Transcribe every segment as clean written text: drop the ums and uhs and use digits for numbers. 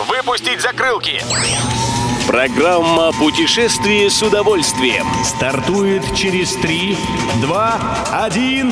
Выпустить закрылки. Программа «Путешествие с удовольствием» стартует через 3, 2, 1...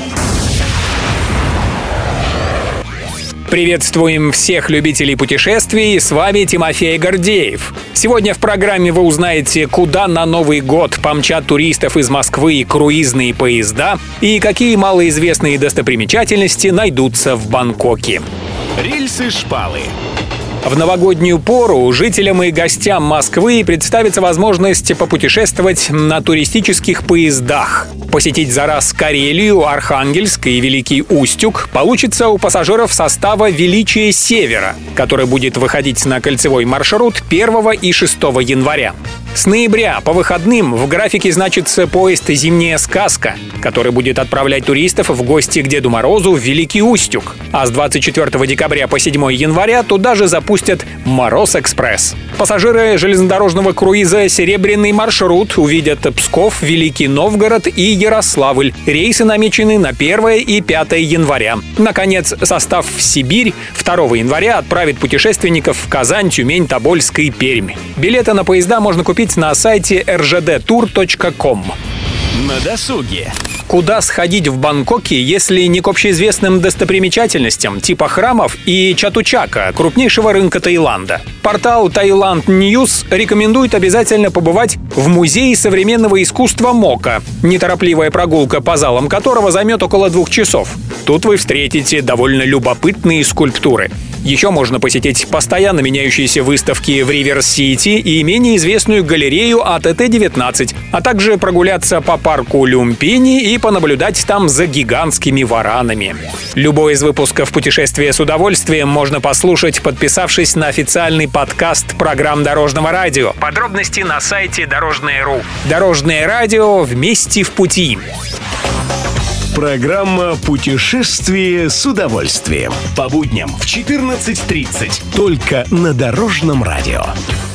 Приветствуем всех любителей путешествий, с вами Тимофей Гордеев. Сегодня в программе вы узнаете, куда на Новый год помчат туристов из Москвы круизные поезда и какие малоизвестные достопримечательности найдутся в Бангкоке. Рельсы-шпалы. В новогоднюю пору жителям и гостям Москвы представится возможность попутешествовать на туристических поездах. Посетить за раз Карелию, Архангельск и Великий Устюг получится у пассажиров состава «Величие Севера», который будет выходить на кольцевой маршрут 1 и 6 января. С ноября по выходным в графике значится поезд «Зимняя сказка», который будет отправлять туристов в гости к Деду Морозу в Великий Устюг. А с 24 декабря по 7 января туда же запустят «Мороз-экспресс». Пассажиры железнодорожного круиза «Серебряный маршрут» увидят Псков, Великий Новгород и Ярославль. Рейсы намечены на 1 и 5 января. Наконец, состав в Сибирь 2 января отправит путешественников в Казань, Тюмень, Тобольск и Пермь. Билеты на поезда можно купить на сайте rjdtour.com. На досуге. Куда сходить в Бангкоке, если не к общеизвестным достопримечательностям типа храмов и Чатучака, крупнейшего рынка Таиланда? Портал Thailand News рекомендует обязательно побывать в музее современного искусства МОКа, неторопливая прогулка по залам которого займет около 2 часов. Тут вы встретите довольно любопытные скульптуры. Еще можно посетить постоянно меняющиеся выставки в Ривер-Сити и менее известную галерею АТТ-19, а также прогуляться по парку Люмпини и понаблюдать там за гигантскими варанами. Любой из выпусков «Путешествия с удовольствием» можно послушать, подписавшись на официальный подкаст программ Дорожного радио. Подробности на сайте Дорожное.ру. Дорожное радио, вместе в пути. Программа «Путешествие с удовольствием». По будням в 14:30. Только на Дорожном радио.